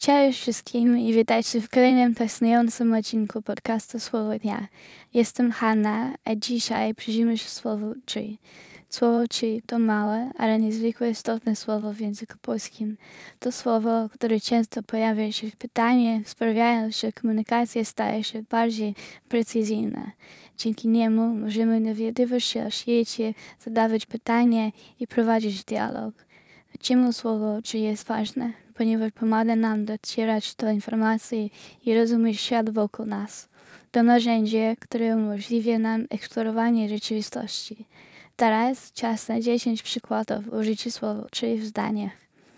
Cześć wszystkim i witajcie w kolejnym fascynującym odcinku podcastu Słowo Dnia. Jestem Hanna, a dzisiaj przyjrzymy się słowu czy. Słowo czy to małe, ale niezwykle istotne słowo w języku polskim. To słowo, które często pojawia się w pytaniach, sprawiając, że komunikacja staje się bardziej precyzyjna. Dzięki niemu możemy dowiadywać się o świecie, zadawać pytania i prowadzić dialog. Czemu słowo czy jest ważne? Ponieważ pomaga nam docierać do informacji i rozumieć świat wokół nas. To narzędzie, które umożliwia nam eksplorowanie rzeczywistości. Teraz czas na 10 przykładów użycia słowa czy w zdaniach.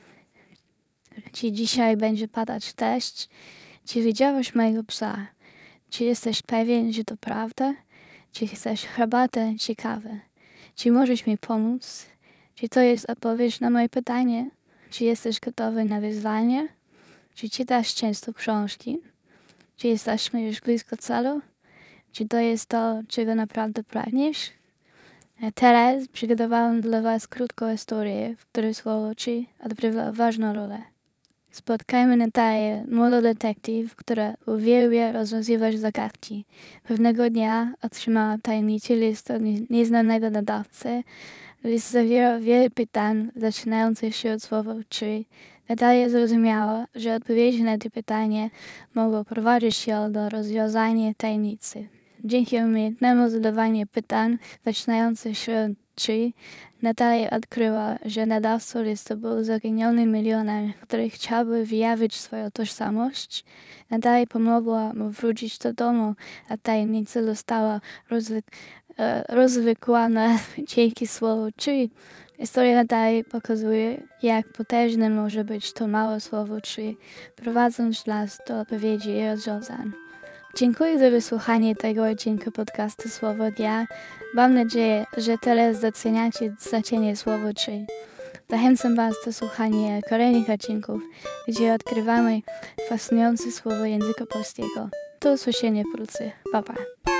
Czy dzisiaj będzie padać deszcz? Czy widziałeś mojego psa? Czy jesteś pewien, że to prawda? Czy chcesz herbatę czy kawę? Czy możesz mi pomóc? Czy to jest odpowiedź na moje pytanie? Czy jesteś gotowy na wyzwanie? Czy czytasz często książki? Czy jesteśmy już blisko celu? Czy to jest to, czego naprawdę pragniesz? A teraz przygotowałam dla Was krótką historię, w której słowo czy odgrywa ważną rolę. Spotkajmy Natalię, młodą detektyw, która uwielbia rozwiązywać zagadki. Pewnego dnia otrzymała tajemniczy list od nieznanego nadawcy. List zawierał wiele pytań zaczynających się od słowa czy. Natalia zrozumiała, że odpowiedzi na te pytania mogą prowadzić ją do rozwiązania tajemnicy. Dzięki umiejętnemu zadawaniu pytań zaczynających się od czy, Natalia odkryła, że nadawca listu był zaginionym milionem, który chciałby wyjawić swoją tożsamość. Natalia pomogła mu wrócić do domu, a tajemnica została rozwikłana dzięki słowu czy. Historia Natalii pokazuje, jak potężne może być to małe słowo czy, prowadząc nas do odpowiedzi i rozwiązań. Dziękuję za wysłuchanie tego odcinka podcastu Słowo Dnia. Mam nadzieję, że teraz doceniacie znaczenie słowa czy. Zachęcam Was do słuchania kolejnych odcinków, gdzie odkrywamy fascynujące słowo języka polskiego. Do usłyszenia wkrótce. Pa, pa.